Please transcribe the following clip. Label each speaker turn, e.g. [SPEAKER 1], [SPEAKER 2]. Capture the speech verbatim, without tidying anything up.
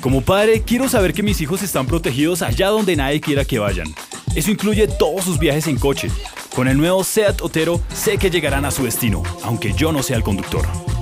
[SPEAKER 1] Como padre, quiero saber que mis hijos están protegidos allá donde nadie quiera que vayan. Eso incluye todos sus viajes en coche. Con el nuevo SEAT Otero sé que llegarán a su destino, aunque yo no sea el conductor.